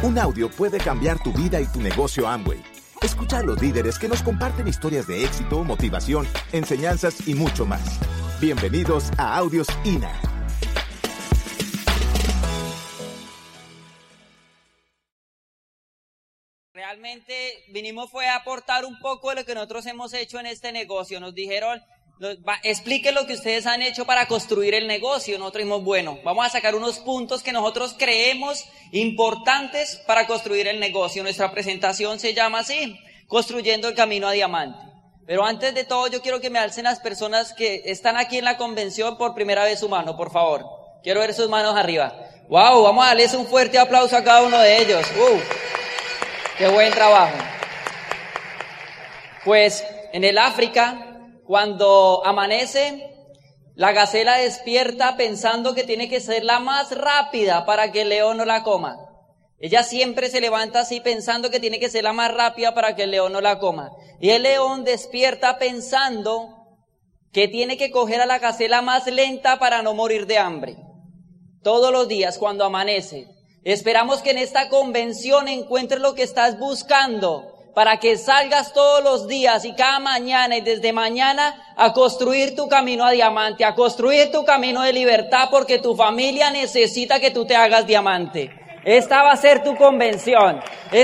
Un audio puede cambiar tu vida y tu negocio Amway. Escucha a los líderes que nos comparten historias de éxito, motivación, enseñanzas y mucho más. Bienvenidos a Audios INA. Realmente vinimos fue a aportar un poco de lo que nosotros hemos hecho en este negocio. Nos dijeron, expliquen lo que ustedes han hecho para construir el negocio. Nosotros dijimos, bueno, vamos a sacar unos puntos que nosotros creemos importantes para construir el negocio. Nuestra presentación se llama así, Construyendo el Camino a Diamante. Pero antes de todo, yo quiero que me alcen las personas que están aquí en la convención por primera vez su mano, por favor. Quiero ver sus manos arriba. ¡Wow! Vamos a darles un fuerte aplauso a cada uno de ellos. ¡Qué buen trabajo! Pues en el África, cuando amanece, la gacela despierta pensando que tiene que ser la más rápida para que el león no la coma. Ella siempre se levanta así pensando que tiene que ser la más rápida para que el león no la coma. Y el león despierta pensando que tiene que coger a la gacela más lenta para no morir de hambre. Todos los días cuando amanece, esperamos que en esta convención encuentres lo que estás buscando para que salgas todos los días y cada mañana y desde mañana a construir tu camino a diamante, a construir tu camino de libertad, porque tu familia necesita que tú te hagas diamante. Esta va a ser tu convención.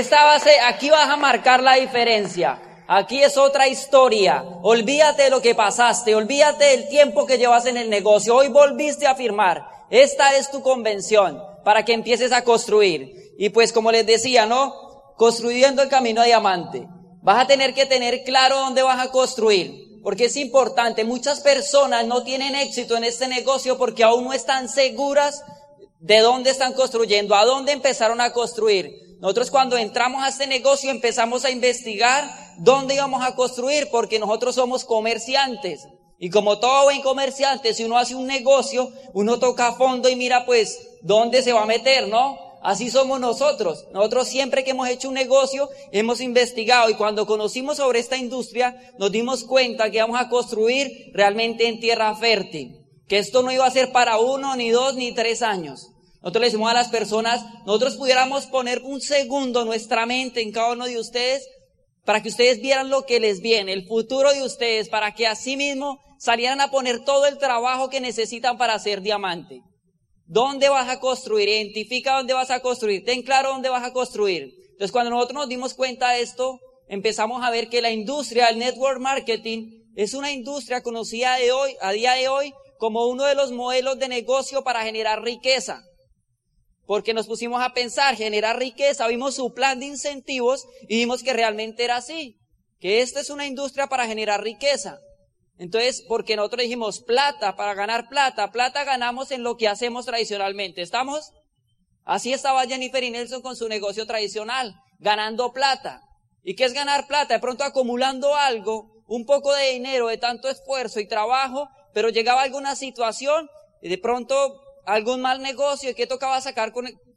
Aquí vas a marcar la diferencia. Aquí es otra historia. Olvídate de lo que pasaste, olvídate del tiempo que llevas en el negocio. Hoy volviste a firmar. Esta es tu convención para que empieces a construir. Y pues como les decía, ¿no? Construyendo el camino a diamante. Vas a tener que tener claro dónde vas a construir, porque es importante. Muchas personas no tienen éxito en este negocio porque aún no están seguras de dónde están construyendo, a dónde empezaron a construir. Nosotros cuando entramos a este negocio empezamos a investigar dónde íbamos a construir, porque nosotros somos comerciantes. Y como todo buen comerciante, si uno hace un negocio, uno toca a fondo y mira pues dónde se va a meter, ¿no? Así somos nosotros. Nosotros siempre que hemos hecho un negocio, hemos investigado, y cuando conocimos sobre esta industria, nos dimos cuenta que íbamos a construir realmente en tierra fértil. Que esto no iba a ser para 1, ni 2, ni 3 años. Nosotros le decimos a las personas, nosotros pudiéramos poner un segundo nuestra mente en cada uno de ustedes, para que ustedes vieran lo que les viene, el futuro de ustedes, para que así mismo salieran a poner todo el trabajo que necesitan para ser diamante. ¿Dónde vas a construir? Identifica dónde vas a construir. Ten claro dónde vas a construir. Entonces, cuando nosotros nos dimos cuenta de esto, empezamos a ver que la industria del network marketing es una industria conocida a día de hoy, como uno de los modelos de negocio para generar riqueza. Porque nos pusimos a pensar, generar riqueza, vimos su plan de incentivos y vimos que realmente era así. Que esta es una industria para generar riqueza. Entonces, porque nosotros dijimos plata, para ganar plata ganamos en lo que hacemos tradicionalmente. ¿Estamos? Así estaba Jennifer y Nelson con su negocio tradicional, ganando plata. ¿Y qué es ganar plata? De pronto acumulando algo, un poco de dinero, de tanto esfuerzo y trabajo, pero llegaba alguna situación y de pronto algún mal negocio. ¿Y qué tocaba sacar?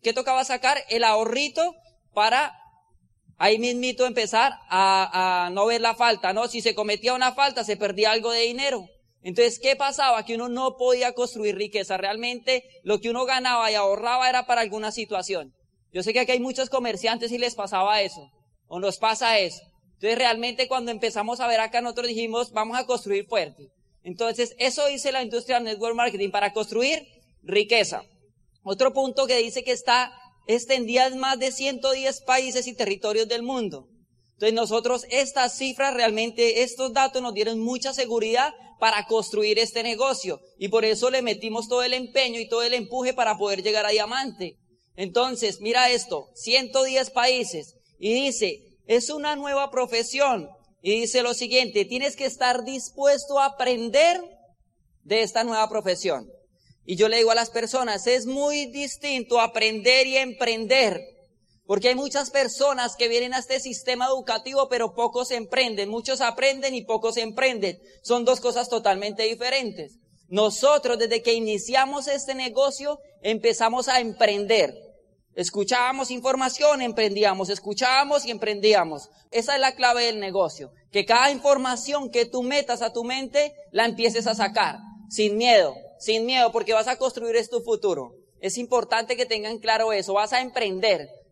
El ahorrito para ahí mismito empezar a no ver la falta, ¿no? Si se cometía una falta, se perdía algo de dinero. Entonces, ¿qué pasaba? Que uno no podía construir riqueza. Realmente, lo que uno ganaba y ahorraba era para alguna situación. Yo sé que aquí hay muchos comerciantes y les pasaba eso, o nos pasa eso. Entonces, realmente, cuando empezamos a ver acá, nosotros dijimos, vamos a construir fuerte. Entonces, eso dice la industria del network marketing, para construir riqueza. Otro punto que dice que está extendida en más de 110 países y territorios del mundo. Entonces nosotros estas cifras realmente, estos datos nos dieron mucha seguridad para construir este negocio, y por eso le metimos todo el empeño y todo el empuje para poder llegar a diamante. Entonces mira esto, 110 países, y dice, es una nueva profesión, y dice lo siguiente, tienes que estar dispuesto a aprender de esta nueva profesión. Y yo le digo a las personas, es muy distinto aprender y emprender, porque hay muchas personas que vienen a este sistema educativo, pero pocos emprenden. Muchos aprenden y pocos emprenden. Son dos cosas totalmente diferentes. Nosotros, desde que iniciamos este negocio, empezamos a emprender. Escuchábamos información, emprendíamos, escuchábamos y emprendíamos. Esa es la clave del negocio, que cada información que tú metas a tu mente, la empieces a sacar, sin miedo, porque vas a construir tu futuro. Es importante que tengan claro eso, vas a emprender.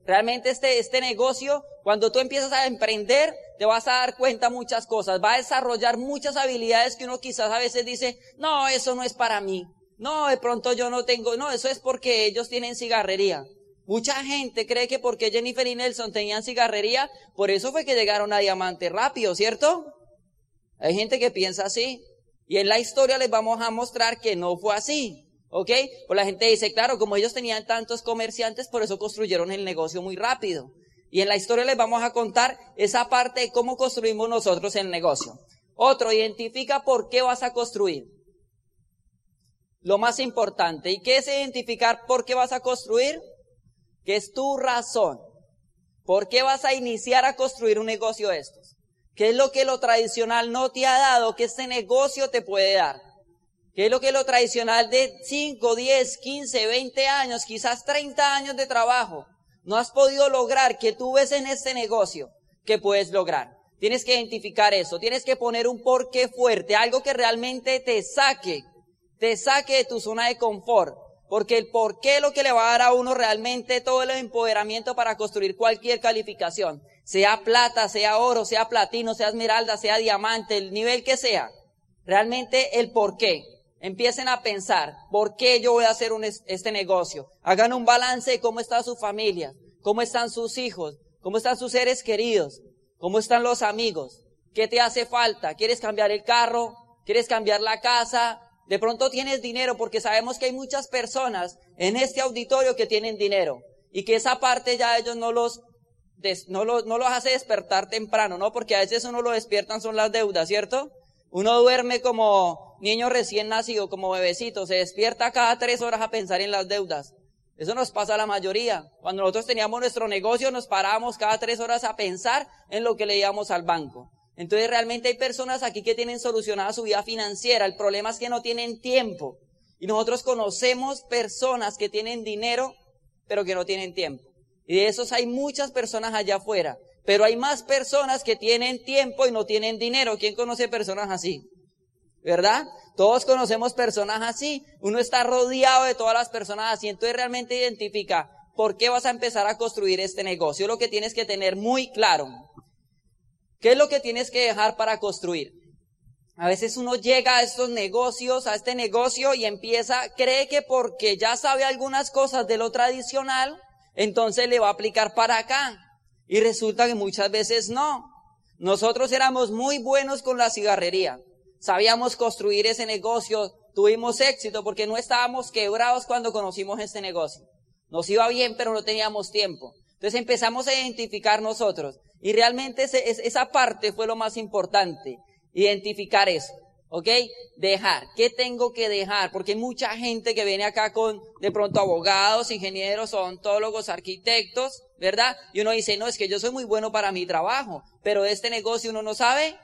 Realmente este negocio, cuando tú empiezas a emprender, te vas a dar cuenta muchas cosas. Va a desarrollar muchas habilidades que uno quizás a veces dice, no, eso no es para mí. No, de pronto yo no tengo, no, eso es porque ellos tienen cigarrería. Mucha gente cree que porque Jennifer y Nelson tenían cigarrería, por eso fue que llegaron a diamante rápido, ¿cierto? Hay gente que piensa así. Y en la historia les vamos a mostrar que no fue así. ¿Ok? Pues la gente dice, claro, como ellos tenían tantos comerciantes, por eso construyeron el negocio muy rápido. Y en la historia les vamos a contar esa parte de cómo construimos nosotros el negocio. Otro, identifica por qué vas a construir. Lo más importante. ¿Y qué es identificar por qué vas a construir? ¿Qué es tu razón? ¿Por qué vas a iniciar a construir un negocio de estos? ¿Qué es lo que lo tradicional no te ha dado que este negocio te puede dar? ¿Qué es lo que lo tradicional de 5, 10, 15, 20 años, quizás 30 años de trabajo no has podido lograr que tú ves en este negocio que puedes lograr? Tienes que identificar eso, tienes que poner un porqué fuerte, algo que realmente te saque de tu zona de confort, porque el porqué es lo que le va a dar a uno realmente todo el empoderamiento para construir cualquier calificación, sea plata, sea oro, sea platino, sea esmeralda, sea diamante, el nivel que sea, realmente el porqué. Empiecen a pensar, ¿por qué yo voy a hacer este negocio? Hagan un balance de cómo está su familia, cómo están sus hijos, cómo están sus seres queridos, cómo están los amigos, qué te hace falta, ¿quieres cambiar el carro? ¿Quieres cambiar la casa? De pronto tienes dinero, porque sabemos que hay muchas personas en este auditorio que tienen dinero y que esa parte ya ellos no los hace despertar temprano, ¿no? Porque a veces uno lo despiertan son las deudas, ¿cierto? Uno duerme como niño recién nacido, como bebecito, se despierta cada 3 horas a pensar en las deudas. Eso nos pasa a la mayoría. Cuando nosotros teníamos nuestro negocio, nos parábamos cada 3 horas a pensar en lo que le íbamos al banco. Entonces realmente hay personas aquí que tienen solucionada su vida financiera. El problema es que no tienen tiempo. Y nosotros conocemos personas que tienen dinero, pero que no tienen tiempo. Y de esos hay muchas personas allá afuera. Pero hay más personas que tienen tiempo y no tienen dinero. ¿Quién conoce personas así? ¿Verdad? Todos conocemos personas así. Uno está rodeado de todas las personas así. Entonces realmente identifica por qué vas a empezar a construir este negocio. Lo que tienes que tener muy claro. ¿Qué es lo que tienes que dejar para construir? A veces uno llega a estos negocios, a este negocio y cree que porque ya sabe algunas cosas de lo tradicional, entonces le va a aplicar para acá. Y resulta que muchas veces no. Nosotros éramos muy buenos con la cigarrería. Sabíamos construir ese negocio, tuvimos éxito porque no estábamos quebrados cuando conocimos este negocio. Nos iba bien, pero no teníamos tiempo. Entonces empezamos a identificar nosotros. Y realmente esa parte fue lo más importante. Identificar eso. ¿Ok? Dejar. ¿Qué tengo que dejar? Porque hay mucha gente que viene acá con, de pronto, abogados, ingenieros, odontólogos, arquitectos, ¿verdad? Y uno dice, no, es que yo soy muy bueno para mi trabajo, pero de este negocio uno no sabe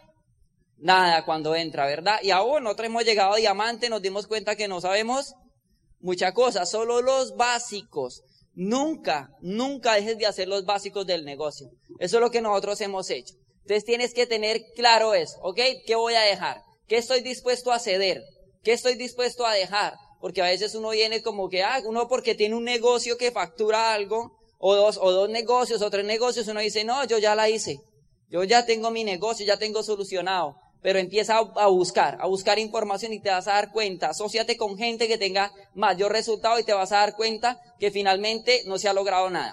nada cuando entra, ¿verdad? Y aún nosotros hemos llegado a diamante, nos dimos cuenta que no sabemos muchas cosas, solo los básicos. Nunca dejes de hacer los básicos del negocio. Eso es lo que nosotros hemos hecho. Entonces tienes que tener claro eso, ¿ok? ¿Qué voy a dejar? ¿Qué estoy dispuesto a ceder? ¿Qué estoy dispuesto a dejar? Porque a veces uno viene como que, uno porque tiene un negocio que factura algo, o dos negocios, o 3 negocios, uno dice, no, yo ya la hice. Yo ya tengo mi negocio, ya tengo solucionado. Pero empieza a buscar información y te vas a dar cuenta. Asóciate con gente que tenga mayor resultado y te vas a dar cuenta que finalmente no se ha logrado nada.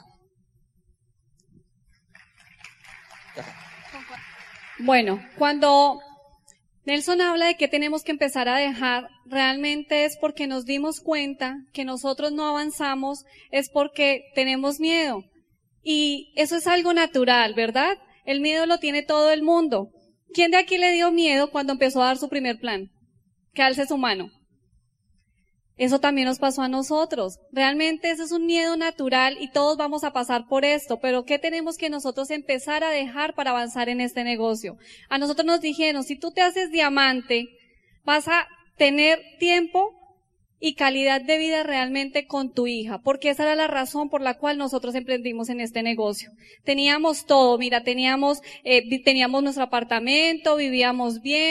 Bueno, cuando Nelson habla de que tenemos que empezar a dejar, realmente es porque nos dimos cuenta que nosotros no avanzamos, es porque tenemos miedo. Y eso es algo natural, ¿verdad? El miedo lo tiene todo el mundo. ¿Quién de aquí le dio miedo cuando empezó a dar su primer plan? Que alce su mano. Eso también nos pasó a nosotros. Realmente ese es un miedo natural y todos vamos a pasar por esto, pero ¿qué tenemos que nosotros empezar a dejar para avanzar en este negocio? A nosotros nos dijeron, si tú te haces diamante, vas a tener tiempo y calidad de vida realmente con tu hija, porque esa era la razón por la cual nosotros emprendimos en este negocio. Teníamos todo, mira, teníamos nuestro apartamento, vivíamos bien,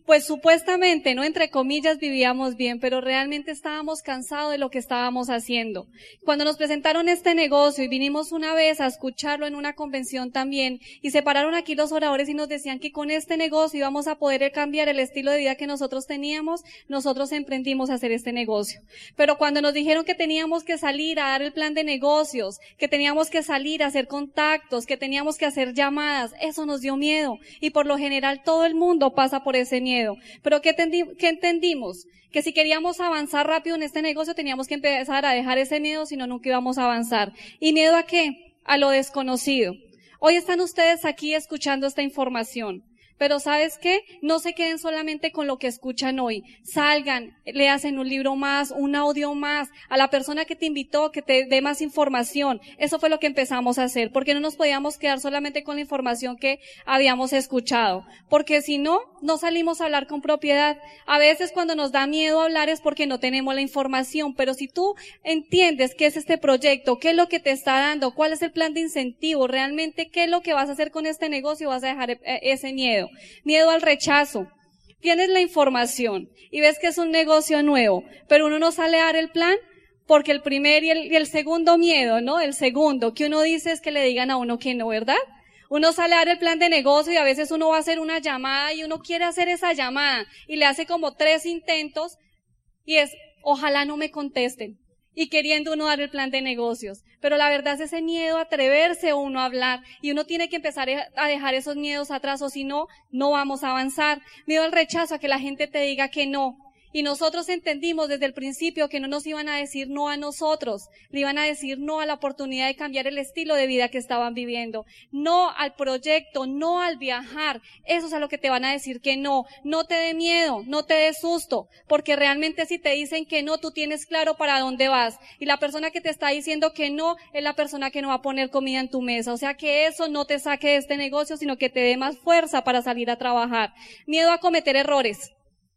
pues supuestamente, no entre comillas, vivíamos bien, pero realmente estábamos cansados de lo que estábamos haciendo. Cuando nos presentaron este negocio y vinimos una vez a escucharlo en una convención también, y se pararon aquí los oradores y nos decían que con este negocio íbamos a poder cambiar el estilo de vida que nosotros teníamos, nosotros emprendimos a hacer este negocio. Pero cuando nos dijeron que teníamos que salir a dar el plan de negocios, que teníamos que salir a hacer contactos, que teníamos que hacer llamadas, eso nos dio miedo. Y por lo general todo el mundo pasa por ese miedo. Pero ¿qué entendimos? Que si queríamos avanzar rápido en este negocio teníamos que empezar a dejar ese miedo, si no, nunca íbamos a avanzar. ¿Y miedo a qué? A lo desconocido. Hoy están ustedes aquí escuchando esta información. Pero ¿sabes qué? No se queden solamente con lo que escuchan hoy. Salgan, le hacen un libro más, un audio más, a la persona que te invitó, que te dé más información. Eso fue lo que empezamos a hacer, porque no nos podíamos quedar solamente con la información que habíamos escuchado. Porque si no, no salimos a hablar con propiedad. A veces cuando nos da miedo hablar es porque no tenemos la información, pero si tú entiendes qué es este proyecto, qué es lo que te está dando, cuál es el plan de incentivo, realmente qué es lo que vas a hacer con este negocio, vas a dejar ese miedo. Miedo al rechazo. Tienes la información y ves que es un negocio nuevo, pero uno no sale a dar el plan porque el primer y el segundo miedo, ¿no? El segundo que uno dice es que le digan a uno que no, ¿verdad? Uno sale a dar el plan de negocio y a veces uno va a hacer una llamada y uno quiere hacer esa llamada y le hace como 3 intentos y es, ojalá no me contesten. Y queriendo uno dar el plan de negocios. Pero la verdad es ese miedo a atreverse uno a hablar. Y uno tiene que empezar a dejar esos miedos atrás, o si no, no vamos a avanzar. Miedo al rechazo, a que la gente te diga que no. Y nosotros entendimos desde el principio que no nos iban a decir no a nosotros, le iban a decir no a la oportunidad de cambiar el estilo de vida que estaban viviendo, no al proyecto, no al viajar. Eso es a lo que te van a decir que no. No te dé miedo, no te dé susto, porque realmente si te dicen que no, tú tienes claro para dónde vas. Y la persona que te está diciendo que no es la persona que no va a poner comida en tu mesa. O sea que eso no te saque de este negocio, sino que te dé más fuerza para salir a trabajar. Miedo a cometer errores.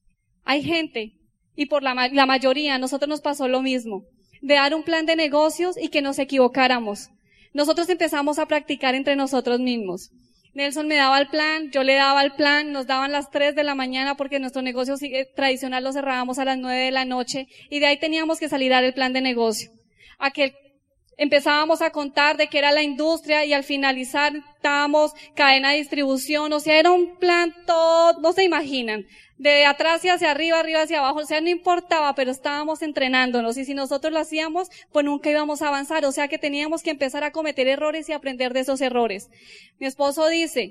Hay gente, y por la mayoría, a nosotros nos pasó lo mismo, de dar un plan de negocios y que nos equivocáramos. Nosotros empezamos a practicar entre nosotros mismos. Nelson me daba el plan, yo le daba el plan, nos daban las 3 de la mañana porque nuestro negocio tradicional lo cerrábamos a las 9 de la noche y de ahí teníamos que salir a dar el plan de negocio. Empezábamos a contar de qué era la industria y al finalizar estábamos cadena de distribución, o sea, era un plan todo, no se imaginan, de atrás y hacia arriba, arriba hacia abajo, o sea, no importaba, pero estábamos entrenándonos y si nosotros lo hacíamos, pues nunca íbamos a avanzar, o sea que teníamos que empezar a cometer errores y aprender de esos errores. Mi esposo dice,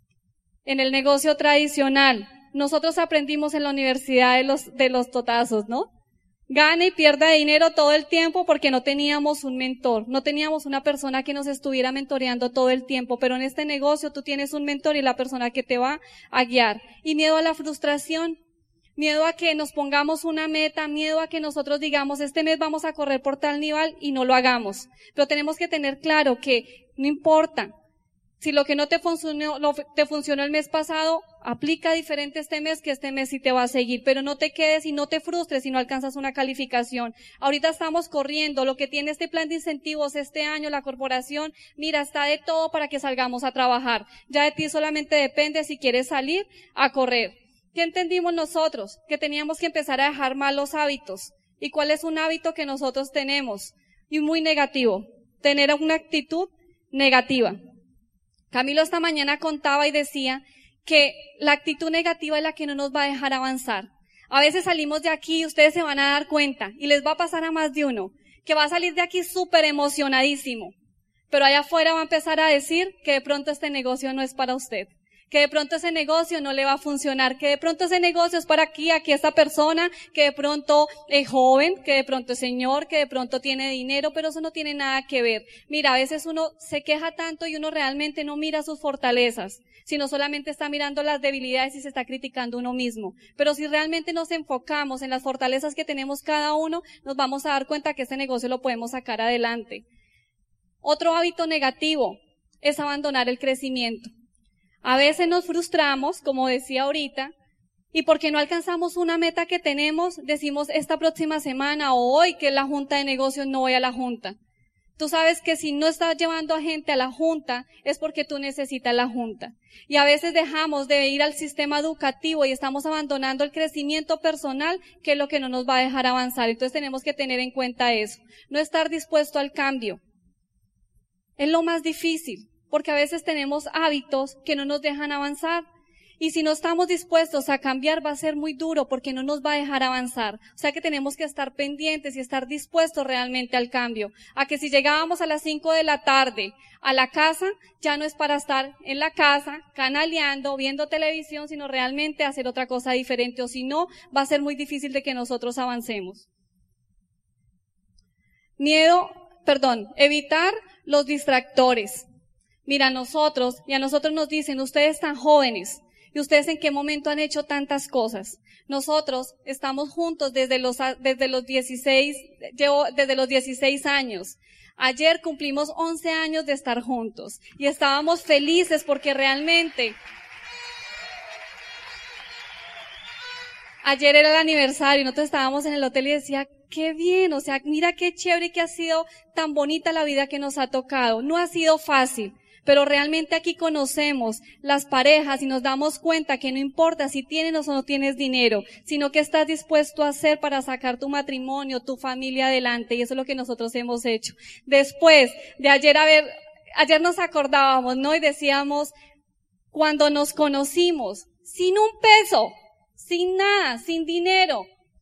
en el negocio tradicional, nosotros aprendimos en la universidad de los totazos, ¿no? Gana y pierda dinero todo el tiempo porque no teníamos un mentor, no teníamos una persona que nos estuviera mentoreando todo el tiempo, pero en este negocio tú tienes un mentor y la persona que te va a guiar. Y miedo a la frustración, miedo a que nos pongamos una meta, miedo a que nosotros digamos, este mes vamos a correr por tal nivel y no lo hagamos. Pero tenemos que tener claro que no importa. Si lo que no te funcionó el mes pasado, aplica diferente este mes, que este mes sí te va a seguir. Pero no te quedes y no te frustres si no alcanzas una calificación. Ahorita estamos corriendo. Lo que tiene este plan de incentivos este año, la corporación, mira, está de todo para que salgamos a trabajar. Ya de ti solamente depende si quieres salir a correr. ¿Qué entendimos nosotros? Que teníamos que empezar a dejar malos hábitos. ¿Y cuál es un hábito que nosotros tenemos? Y muy negativo. Tener una actitud negativa. Camilo esta mañana contaba y decía que la actitud negativa es la que no nos va a dejar avanzar. A veces salimos de aquí y ustedes se van a dar cuenta, y les va a pasar a más de uno, que va a salir de aquí súper emocionadísimo, pero allá afuera va a empezar a decir que de pronto este negocio no es para usted, que de pronto ese negocio no le va a funcionar, que de pronto ese negocio es para aquí esta persona, que de pronto es joven, que de pronto es señor, que de pronto tiene dinero, pero eso no tiene nada que ver. Mira, a veces uno se queja tanto y uno realmente no mira sus fortalezas, sino solamente está mirando las debilidades y se está criticando uno mismo. Pero si realmente nos enfocamos en las fortalezas que tenemos cada uno, nos vamos a dar cuenta que este negocio lo podemos sacar adelante. Otro hábito negativo es abandonar el crecimiento. A veces nos frustramos, como decía ahorita, y porque no alcanzamos una meta que tenemos, decimos esta próxima semana o hoy que es la junta de negocios no voy a la junta. Tú sabes que si no estás llevando a gente a la junta, es porque tú necesitas la junta. Y a veces dejamos de ir al sistema educativo y estamos abandonando el crecimiento personal, que es lo que no nos va a dejar avanzar. Entonces tenemos que tener en cuenta eso. No estar dispuesto al cambio. Es lo más difícil, porque a veces tenemos hábitos que no nos dejan avanzar. Y si no estamos dispuestos a cambiar, va a ser muy duro porque no nos va a dejar avanzar. O sea que tenemos que estar pendientes y estar dispuestos realmente al cambio. A que si llegábamos a las 5 de la tarde a la casa, ya no es para estar en la casa, canaleando, viendo televisión, sino realmente hacer otra cosa diferente. O si no, va a ser muy difícil de que nosotros avancemos. Evitar los distractores. Mira, a nosotros nos dicen, ustedes están jóvenes. ¿Y ustedes en qué momento han hecho tantas cosas? Nosotros estamos juntos desde los 16 años. Ayer cumplimos 11 años de estar juntos. Y estábamos felices porque realmente ayer era el aniversario y nosotros estábamos en el hotel y decía, qué bien, o sea, mira qué chévere que ha sido tan bonita la vida que nos ha tocado. No ha sido fácil. Pero realmente aquí conocemos las parejas y nos damos cuenta que no importa si tienes o no tienes dinero, sino que estás dispuesto a hacer para sacar tu matrimonio, tu familia adelante, y eso es lo que nosotros hemos hecho. Después de ayer nos acordábamos, ¿no? Y decíamos, cuando nos conocimos, sin un peso, sin nada, sin dinero,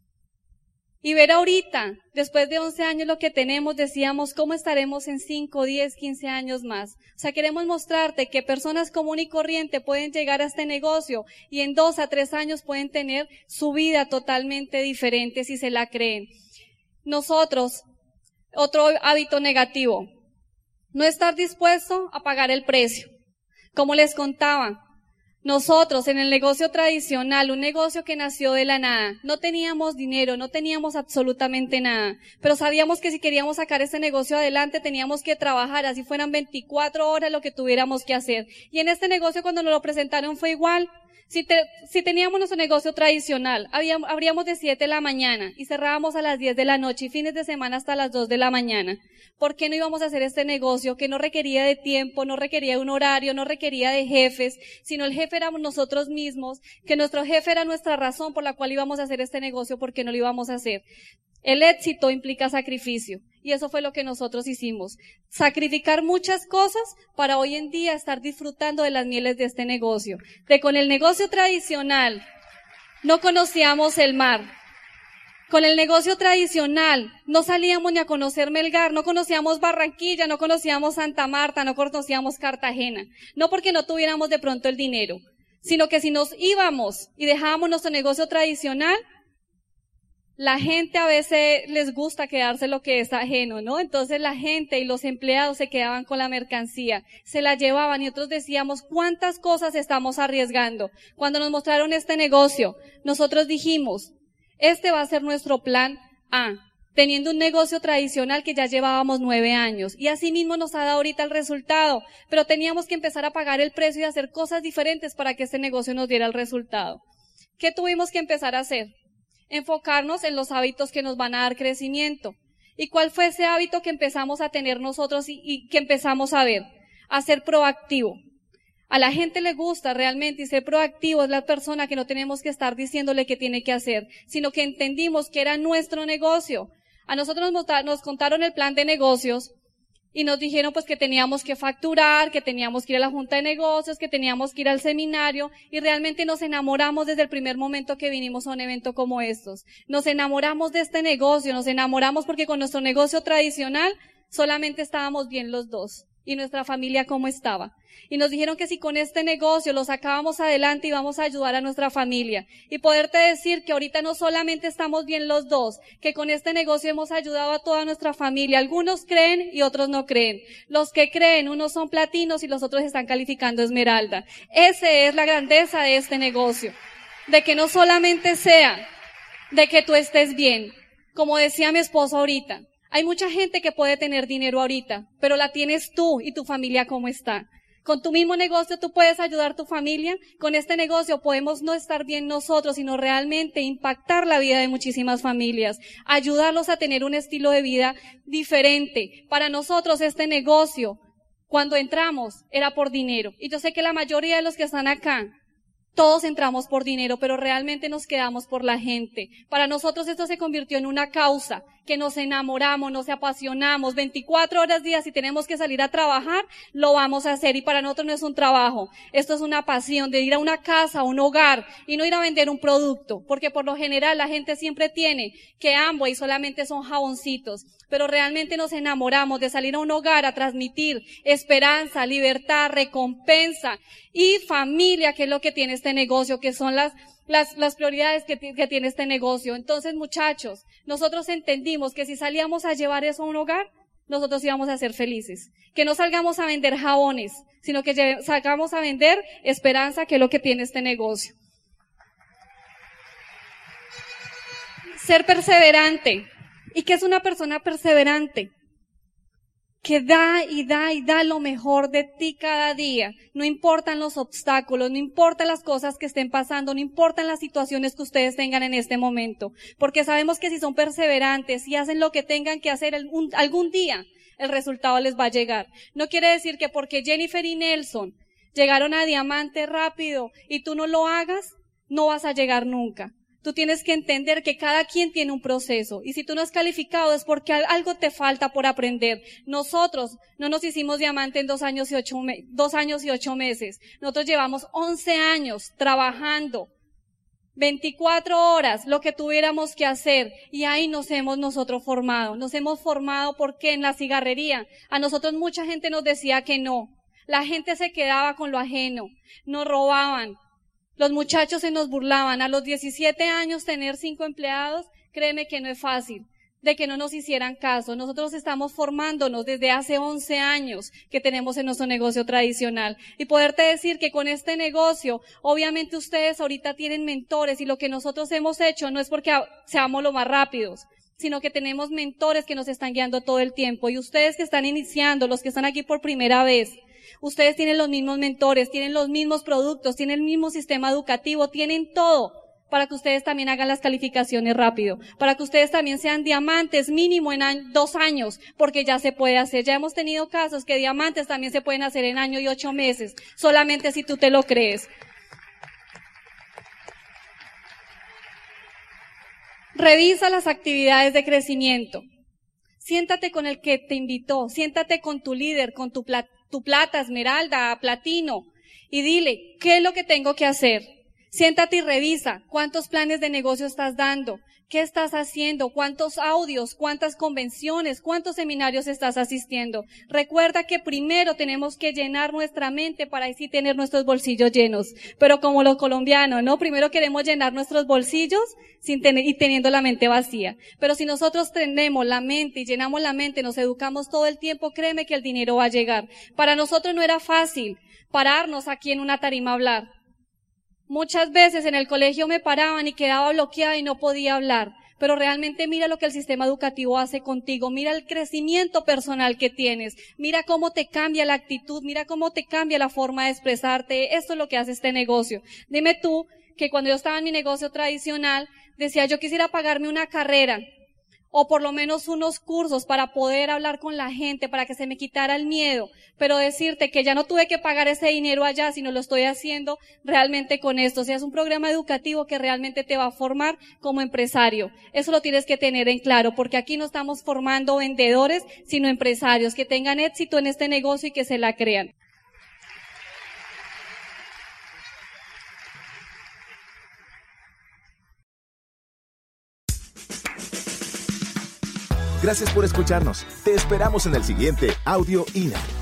y ver ahorita, después de 11 años lo que tenemos, decíamos, ¿cómo estaremos en 5, 10, 15 años más? O sea, queremos mostrarte que personas comunes y corrientes pueden llegar a este negocio y en 2 a 3 años pueden tener su vida totalmente diferente si se la creen. Nosotros, otro hábito negativo, no estar dispuesto a pagar el precio. Como les contaba, nosotros en el negocio tradicional, un negocio que nació de la nada, no teníamos dinero, no teníamos absolutamente nada, pero sabíamos que si queríamos sacar este negocio adelante teníamos que trabajar, así fueran 24 horas lo que tuviéramos que hacer. Y en este negocio cuando nos lo presentaron fue igual. Si teníamos nuestro negocio tradicional, abríamos de 7 de la mañana y cerrábamos a las 10 de la noche y fines de semana hasta las 2 de la mañana. ¿Por qué no íbamos a hacer este negocio que no requería de tiempo, no requería de un horario, no requería de jefes, sino el jefe éramos nosotros mismos, que nuestro jefe era nuestra razón por la cual íbamos a hacer este negocio, porque no lo íbamos a hacer? El éxito implica sacrificio. Y eso fue lo que nosotros hicimos. Sacrificar muchas cosas para hoy en día estar disfrutando de las mieles de este negocio. Con el negocio tradicional no conocíamos el mar. Con el negocio tradicional no salíamos ni a conocer Melgar, no conocíamos Barranquilla, no conocíamos Santa Marta, no conocíamos Cartagena. No porque no tuviéramos de pronto el dinero, sino que si nos íbamos y dejábamos nuestro negocio tradicional, la gente a veces les gusta quedarse lo que es ajeno, ¿no? Entonces la gente y los empleados se quedaban con la mercancía, se la llevaban y nosotros decíamos, ¿cuántas cosas estamos arriesgando? Cuando nos mostraron este negocio, nosotros dijimos, este va a ser nuestro plan A, teniendo un negocio tradicional que ya llevábamos 9 años. Y así mismo nos ha dado ahorita el resultado, pero teníamos que empezar a pagar el precio y hacer cosas diferentes para que este negocio nos diera el resultado. ¿Qué tuvimos que empezar a hacer? Enfocarnos en los hábitos que nos van a dar crecimiento. ¿Y cuál fue ese hábito que empezamos a tener nosotros y que empezamos a ver? A ser proactivo. A la gente le gusta realmente y ser proactivo es la persona que no tenemos que estar diciéndole qué tiene que hacer, sino que entendimos que era nuestro negocio. A nosotros nos contaron el plan de negocios y nos dijeron pues que teníamos que facturar, que teníamos que ir a la junta de negocios, que teníamos que ir al seminario y realmente nos enamoramos desde el primer momento que vinimos a un evento como estos. Nos enamoramos de este negocio, nos enamoramos porque con nuestro negocio tradicional solamente estábamos bien los dos. Y nuestra familia cómo estaba. Y nos dijeron que si con este negocio lo sacábamos adelante íbamos a ayudar a nuestra familia. Y poderte decir que ahorita no solamente estamos bien los dos, que con este negocio hemos ayudado a toda nuestra familia. Algunos creen y otros no creen. Los que creen, unos son platinos y los otros están calificando esmeralda. Esa es la grandeza de este negocio. De que no solamente sea de que tú estés bien. Como decía mi esposo ahorita. Hay mucha gente que puede tener dinero ahorita, pero la tienes tú y tu familia cómo está. Con tu mismo negocio tú puedes ayudar a tu familia. Con este negocio podemos no estar bien nosotros, sino realmente impactar la vida de muchísimas familias. Ayudarlos a tener un estilo de vida diferente. Para nosotros este negocio, cuando entramos, era por dinero. Y yo sé que la mayoría de los que están acá, todos entramos por dinero, pero realmente nos quedamos por la gente. Para nosotros esto se convirtió en una causa, que nos enamoramos, nos apasionamos, 24 horas día, si tenemos que salir a trabajar, lo vamos a hacer. Y para nosotros no es un trabajo, esto es una pasión de ir a una casa, a un hogar, y no ir a vender un producto, porque por lo general la gente siempre tiene que Amway solamente son jaboncitos, pero realmente nos enamoramos de salir a un hogar a transmitir esperanza, libertad, recompensa y familia, que es lo que tiene este negocio, que son las prioridades que tiene este negocio. Entonces, muchachos, nosotros entendimos que si salíamos a llevar eso a un hogar, nosotros íbamos a ser felices. Que no salgamos a vender jabones, sino que salgamos a vender esperanza, que es lo que tiene este negocio. Ser perseverante. ¿Y qué es una persona perseverante? Que da y da y da lo mejor de ti cada día. No importan los obstáculos, no importan las cosas que estén pasando, no importan las situaciones que ustedes tengan en este momento. Porque sabemos que si son perseverantes y hacen lo que tengan que hacer algún día, el resultado les va a llegar. No quiere decir que porque Jennifer y Nelson llegaron a diamante rápido y tú no lo hagas, no vas a llegar nunca. Tú tienes que entender que cada quien tiene un proceso. Y si tú no has calificado es porque algo te falta por aprender. Nosotros no nos hicimos diamante en 2 años y 8 meses. Nosotros llevamos 11 años trabajando. 24 horas, lo que tuviéramos que hacer. Y ahí nos hemos nosotros formado. Nos hemos formado porque en la cigarrería a nosotros mucha gente nos decía que no. La gente se quedaba con lo ajeno. Nos robaban. Los muchachos se nos burlaban. A los 17 años tener 5 empleados, créeme que no es fácil, de que no nos hicieran caso. Nosotros estamos formándonos desde hace 11 años que tenemos en nuestro negocio tradicional. Y poderte decir que con este negocio, obviamente ustedes ahorita tienen mentores y lo que nosotros hemos hecho no es porque seamos los más rápidos, sino que tenemos mentores que nos están guiando todo el tiempo. Y ustedes que están iniciando, los que están aquí por primera vez, ustedes tienen los mismos mentores, tienen los mismos productos, tienen el mismo sistema educativo, tienen todo para que ustedes también hagan las calificaciones rápido, para que ustedes también sean diamantes mínimo en 2 años, porque ya se puede hacer. Ya hemos tenido casos que diamantes también se pueden hacer en 1 año y 8 meses, solamente si tú te lo crees. Revisa las actividades de crecimiento. Siéntate con el que te invitó, siéntate con tu líder, con tu plata, esmeralda, platino, y dile, ¿qué es lo que tengo que hacer? Siéntate y revisa cuántos planes de negocio estás dando, qué estás haciendo, cuántos audios, cuántas convenciones, cuántos seminarios estás asistiendo. Recuerda que primero tenemos que llenar nuestra mente para así tener nuestros bolsillos llenos. Pero como los colombianos, ¿no? Primero queremos llenar nuestros bolsillos y teniendo la mente vacía. Pero si nosotros tenemos la mente y llenamos la mente, nos educamos todo el tiempo, créeme que el dinero va a llegar. Para nosotros no era fácil pararnos aquí en una tarima a hablar. Muchas veces en el colegio me paraban y quedaba bloqueada y no podía hablar. Pero realmente mira lo que el sistema educativo hace contigo. Mira el crecimiento personal que tienes. Mira cómo te cambia la actitud. Mira cómo te cambia la forma de expresarte. Esto es lo que hace este negocio. Dime tú que cuando yo estaba en mi negocio tradicional, decía yo quisiera pagarme una carrera o por lo menos unos cursos para poder hablar con la gente, para que se me quitara el miedo, pero decirte que ya no tuve que pagar ese dinero allá, sino lo estoy haciendo realmente con esto. O sea, es un programa educativo que realmente te va a formar como empresario. Eso lo tienes que tener en claro, porque aquí no estamos formando vendedores, sino empresarios que tengan éxito en este negocio y que se la crean. Gracias por escucharnos. Te esperamos en el siguiente Audio INA.